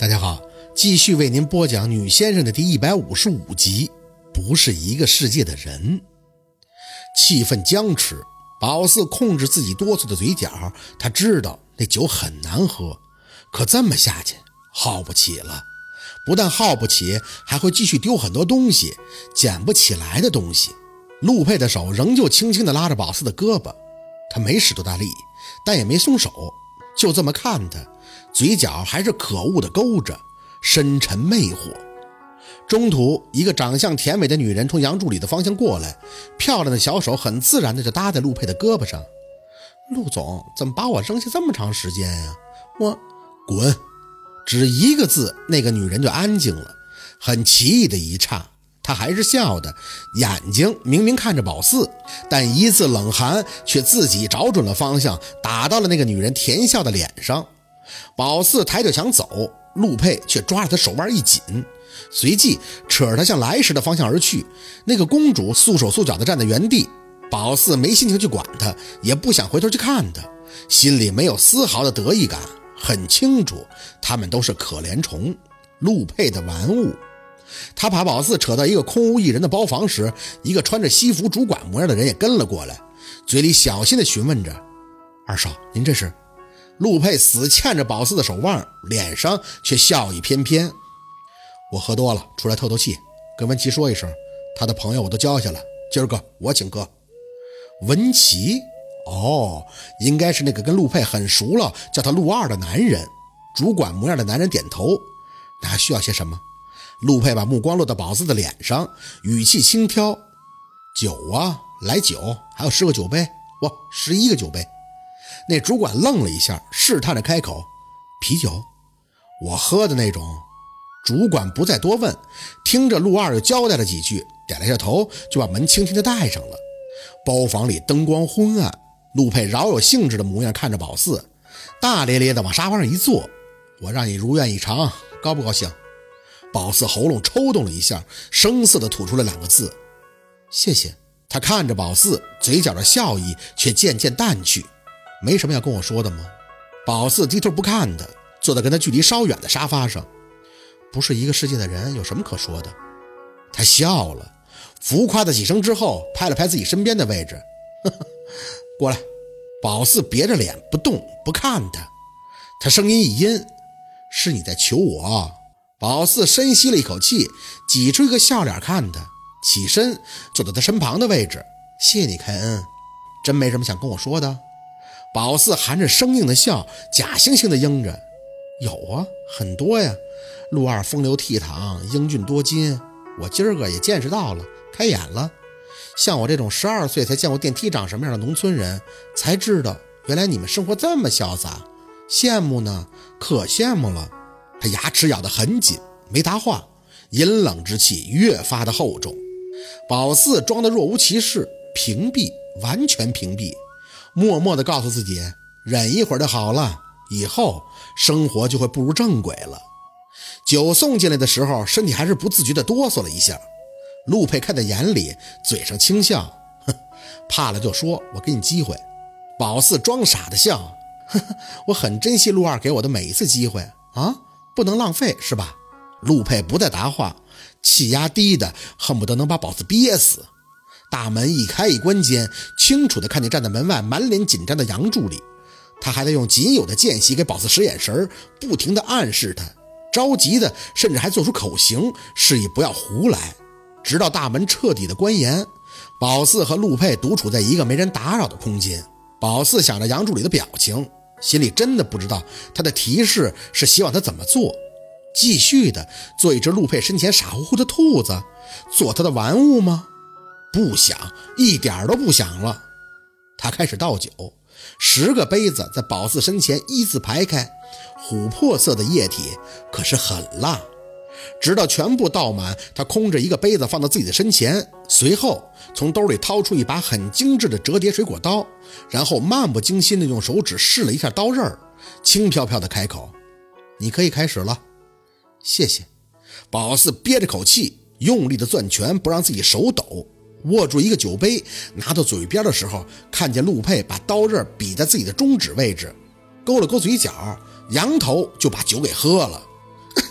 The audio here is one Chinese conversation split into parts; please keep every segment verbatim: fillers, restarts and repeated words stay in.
大家好，继续为您播讲女先生的第一百五十五集，不是一个世界的人。气氛僵持，宝四控制自己哆嗦的嘴角，他知道那酒很难喝，可这么下去耗不起了，不但耗不起，还会继续丢很多东西，捡不起来的东西。陆佩的手仍旧轻轻地拉着宝四的胳膊，他没使多大力，但也没松手，就这么看他，嘴角还是可恶的勾着，深沉魅惑。中途一个长相甜美的女人从杨助理的方向过来，漂亮的小手很自然地就搭在陆佩的胳膊上。陆总怎么把我扔下这么长时间呀？我滚！只一个字，那个女人就安静了。很奇异的一刹，她还是笑的，眼睛明明看着宝四，但一字冷寒却自己找准了方向，打到了那个女人甜笑的脸上。宝四抬脚想走，陆佩却抓着他手腕一紧，随即扯着他向来时的方向而去。那个公主束手束脚地站在原地，宝四没心情去管她，也不想回头去看她，心里没有丝毫的得意感，很清楚他们都是可怜虫，陆佩的玩物。他把宝四扯到一个空无一人的包房时，一个穿着西服主管模样的人也跟了过来，嘴里小心地询问着：二少，您这是？陆佩死欠着宝四的手腕，脸上却笑意翩翩。我喝多了，出来透透气，跟文琪说一声，他的朋友我都交下了，今儿个我请客。文琪？哦，应该是那个跟陆佩很熟了，叫他陆二的男人。主管模样的男人点头。那还需要些什么？陆佩把目光落到宝四的脸上，语气轻佻：酒啊，来酒，还有十个酒杯，哇，十一个酒杯。那主管愣了一下，试探着开口：啤酒？我喝的那种。主管不再多问，听着陆二又交代了几句，点了下头，就把门轻轻地带上了。包房里灯光昏暗，陆佩饶有兴致的模样看着宝四，大咧咧的往沙发上一坐：我让你如愿以偿，高不高兴？宝四喉咙抽动了一下，生涩的吐出了两个字：谢谢。他看着宝四，嘴角的笑意却渐渐淡去。没什么要跟我说的吗？宝四低头不看他，坐在跟他距离稍远的沙发上。不是一个世界的人，有什么可说的？他笑了，浮夸的几声之后，拍了拍自己身边的位置：呵呵，过来。宝四别着脸不动不看他，他声音一阴：是你在求我？宝四深吸了一口气，挤出一个笑脸看他，起身坐到他身旁的位置：谢谢你开恩，真没什么想跟我说的？宝四含着生硬的笑，假惺惺的应着：有啊，很多呀。陆二风流倜傥，英俊多金，我今儿个也见识到了，开眼了。像我这种十二岁才见过电梯长什么样的农村人，才知道原来你们生活这么潇洒，羡慕呢，可羡慕了。他牙齿咬得很紧，没答话，阴冷之气越发的厚重。宝四装得若无其事，屏蔽，完全屏蔽，默默地告诉自己，忍一会儿就好了，以后生活就会步入正轨了。酒送进来的时候，身体还是不自觉地哆嗦了一下。陆佩看在眼里，嘴上轻笑：哼，怕了就说，我给你机会。宝四装傻的笑：呵呵，我很珍惜陆二给我的每一次机会啊，不能浪费是吧？陆佩不再答话，气压低的恨不得能把宝四憋死。大门一开一关间，清楚地看见站在门外满脸紧张的杨助理，他还在用仅有的间隙给宝四使眼神，不停地暗示他，着急的甚至还做出口型，示意不要胡来。直到大门彻底的关严，宝四和陆佩独处在一个没人打扰的空间。宝四想着杨助理的表情，心里真的不知道他的提示是希望他怎么做，继续的做一只陆佩身前傻乎乎的兔子，做他的玩物吗？不想，一点都不想了。他开始倒酒，十个杯子在宝四身前依次排开，琥珀色的液体可是很辣。直到全部倒满，他空着一个杯子放到自己的身前，随后从兜里掏出一把很精致的折叠水果刀，然后漫不经心地用手指试了一下刀刃儿，轻飘飘地开口：你可以开始了。谢谢。宝四憋着口气，用力地攥拳，不让自己手抖，握住一个酒杯，拿到嘴边的时候，看见陆佩把刀刃比在自己的中指位置，勾了勾嘴角，扬头就把酒给喝了。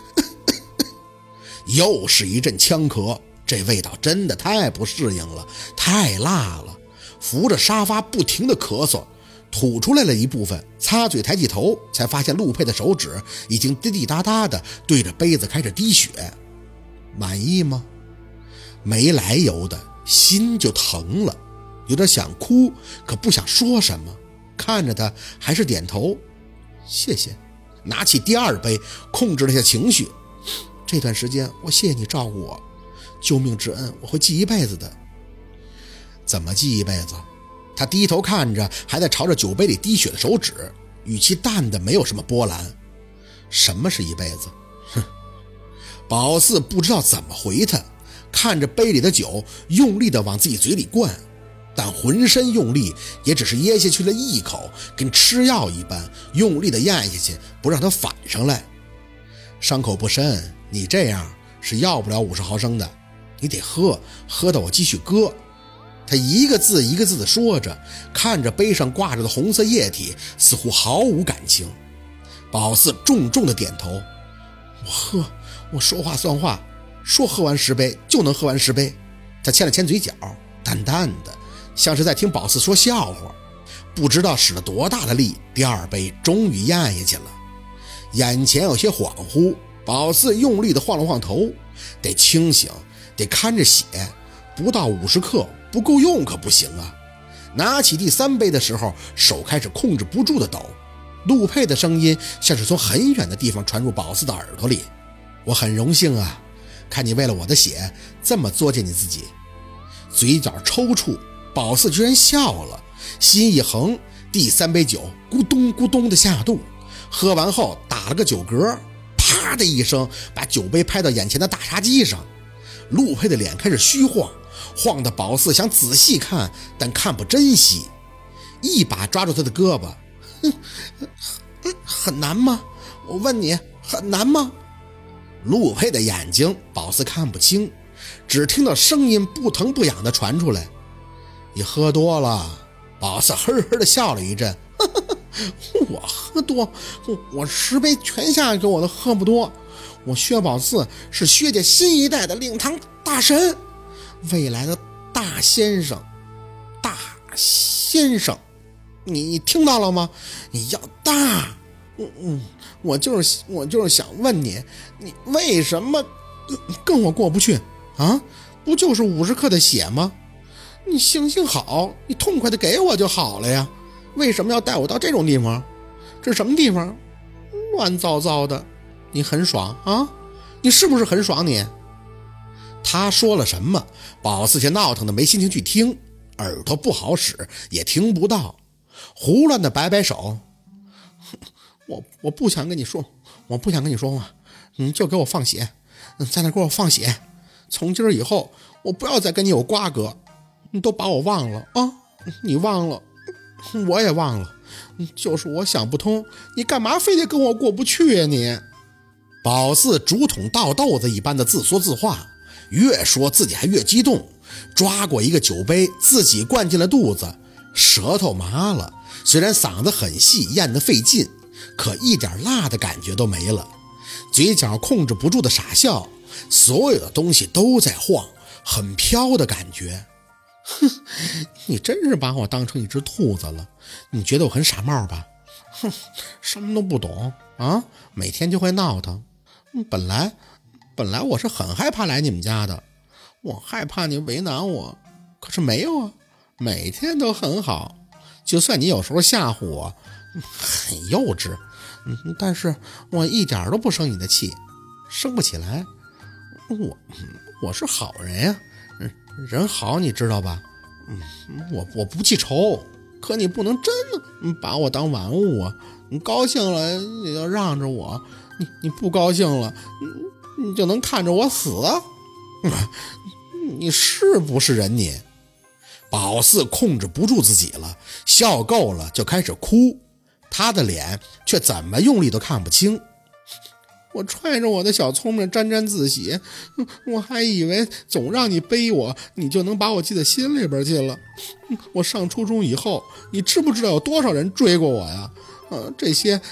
又是一阵呛咳，这味道真的太不适应了，太辣了。扶着沙发不停地咳嗽，吐出来了一部分，擦嘴抬起头，才发现陆佩的手指已经滴滴答答地对着杯子开始滴血。满意吗？没来由的心就疼了，有点想哭，可不想说什么。看着他还是点头，谢谢。拿起第二杯，控制了下情绪。这段时间我谢谢你照顾我，救命之恩我会记一辈子的。怎么记一辈子？他低头看着还在朝着酒杯里滴血的手指，语气淡的没有什么波澜。什么是一辈子？哼！宝四不知道怎么回他，看着杯里的酒，用力的往自己嘴里灌，但浑身用力也只是噎下去了一口，跟吃药一般，用力的咽下去，不让它反上来。伤口不深，你这样是要不了五十毫升的，你得喝，喝到我继续割。他一个字一个字地说着，看着杯上挂着的红色液体，似乎毫无感情。宝四重重地点头，我喝，我说话算话，说喝完十杯就能喝完十杯。他牵了牵嘴角，淡淡的，像是在听宝四说笑话。不知道使了多大的力，第二杯终于咽下去了。眼前有些恍惚，宝四用力地晃了晃头，得清醒，得看着血，不到五十克不够用可不行啊。拿起第三杯的时候，手开始控制不住的抖。陆佩的声音像是从很远的地方传入宝四的耳朵里，我很荣幸啊，看你为了我的血这么作践你自己。嘴角抽搐，宝四居然笑了，心一横，第三杯酒咕咚咕咚的下肚，喝完后打了个酒嗝，啪的一声把酒杯拍到眼前的大茶几上。陆佩的脸开始虚晃，晃得宝四想仔细看，但看不珍惜，一把抓住他的胳膊，哼，很难吗？我问你，很难吗？陆佩的眼睛宝四看不清，只听到声音不疼不痒的传出来，你喝多了。宝四呵呵的笑了一阵，呵呵，我喝多，我十杯全下给我都喝不多。我薛宝四是薛家新一代的令堂大神，未来的大先生，大先生，你你听到了吗？你要大，嗯嗯，我就是我就是想问你，你为什么跟我过不去啊？不就是五十克的血吗？你行行好，你痛快的给我就好了呀，为什么要带我到这种地方？这是什么地方？乱糟糟的。你很爽啊？你是不是很爽你？他说了什么，宝四却闹腾的没心情去听，耳朵不好使，也听不到，胡乱的摆摆手。我我不想跟你说，我不想跟你说话，你就给我放血，在那给我放血。从今儿以后，我不要再跟你有瓜葛，你都把我忘了啊！你忘了，我也忘了，就是我想不通，你干嘛非得跟我过不去呀你？宝四竹筒倒豆子一般的自说自话，越说自己还越激动，抓过一个酒杯自己灌进了肚子，舌头麻了，虽然嗓子很细，咽得费劲，可一点辣的感觉都没了，嘴角控制不住的傻笑，所有的东西都在晃，很飘的感觉。哼，你真是把我当成一只兔子了，你觉得我很傻帽吧？哼，什么都不懂啊，每天就会闹腾。本来本来我是很害怕来你们家的，我害怕你为难我，可是没有啊，每天都很好，就算你有时候吓唬我，很幼稚，但是我一点都不生你的气，生不起来。我我是好人呀，人好你知道吧？我我不记仇，可你不能真的把我当玩物啊！你高兴了你就让着我，你你不高兴了，你你就能看着我死啊！你是不是人你？宝四控制不住自己了，笑够了就开始哭，他的脸却怎么用力都看不清。我揣着我的小聪明沾沾自喜，我还以为总让你背我，你就能把我记在心里边去了。我上初中以后，你知不知道有多少人追过我呀？呃，这些，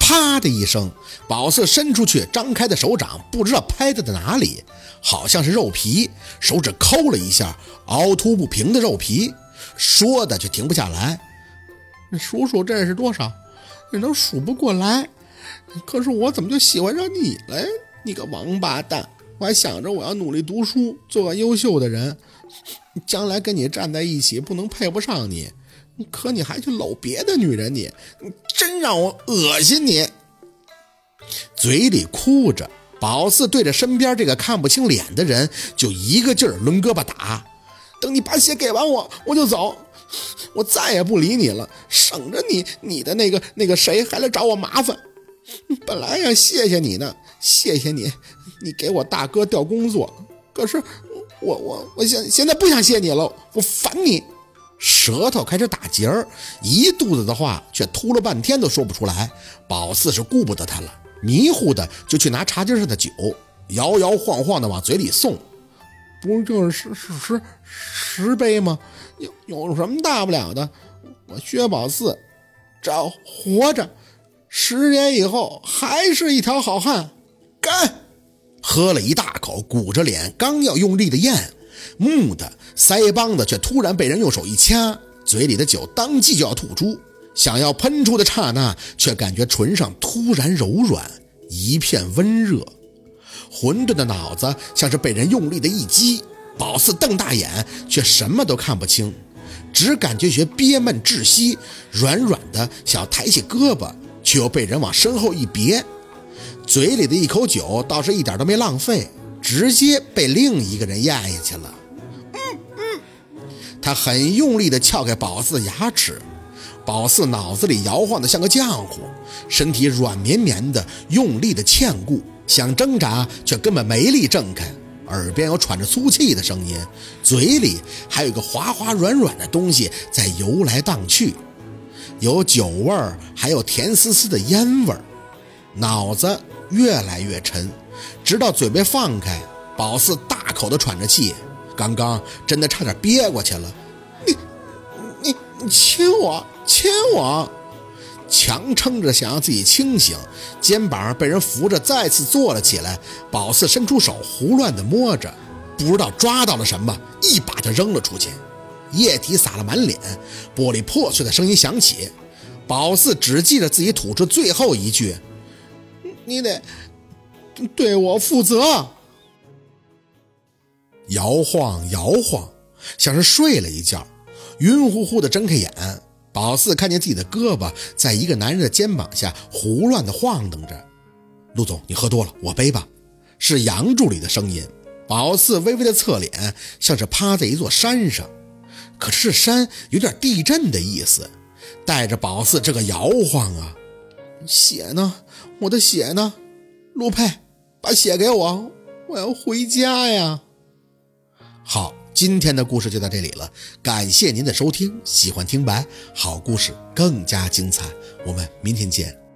啪的一声，宝四伸出去张开的手掌不知道拍的在哪里，好像是肉皮，手指抠了一下凹凸不平的肉皮，说的却停不下来。数数这是多少？你能数不过来。可是我怎么就喜欢上你了？你个王八蛋！我还想着我要努力读书，做个优秀的人，将来跟你站在一起不能配不上你，可你还去搂别的女人，你你真让我恶心你。嘴里哭着，宝四对着身边这个看不清脸的人就一个劲儿抡胳膊打。等你把血给完我，我就走，我再也不理你了，省着你你的那个那个谁还来找我麻烦。本来要谢谢你呢，谢谢你，你给我大哥调工作，可是我我我现现在不想谢你了，我烦你。舌头开始打结儿，一肚子的话却吐了半天都说不出来。宝四是顾不得他了，迷糊的就去拿茶几上的酒，摇摇晃晃的往嘴里送。不就是十十十杯吗？有有什么大不了的？我薛宝四只要活着，十年以后还是一条好汉。干！喝了一大口，鼓着脸刚要用力的咽，木的腮帮子却突然被人用手一掐，嘴里的酒当即就要吐出，想要喷出的刹那，却感觉唇上突然柔软，一片温热。混沌的脑子像是被人用力的一击，宝四瞪大眼却什么都看不清，只感觉觉憋闷窒息，软软的想要抬起胳膊，却又被人往身后一别。嘴里的一口酒倒是一点都没浪费，直接被另一个人咽下去了。嗯嗯，他很用力地撬开宝四的牙齿，宝四脑子里摇晃得像个浆糊，身体软绵绵的，用力的嵌固，想挣扎却根本没力挣开，耳边有喘着粗气的声音，嘴里还有一个滑滑软软的东西在游来荡去，有酒味儿，还有甜丝丝的烟味儿。脑子越来越沉，直到嘴被放开，宝四大口的喘着气，刚刚真的差点憋过去了。你你你亲我亲我！强撑着想让自己清醒，肩膀被人扶着再次坐了起来，宝四伸出手胡乱地摸着，不知道抓到了什么，一把就扔了出去，液体洒了满脸，玻璃破碎的声音响起。宝四只记着自己吐出最后一句：你得对我负责。摇晃摇晃，像是睡了一觉，晕乎乎的睁开眼，宝四看见自己的胳膊在一个男人的肩膀下胡乱地晃动着。陆总，你喝多了，我背吧。是杨助理的声音。宝四微微的侧脸，像是趴在一座山上，可是山有点地震的意思，带着宝四这个摇晃啊。血呢？我的血呢？陆佩，把血给我，我要回家呀。好，今天的故事就到这里了，感谢您的收听，喜欢听白，好故事更加精彩，我们明天见。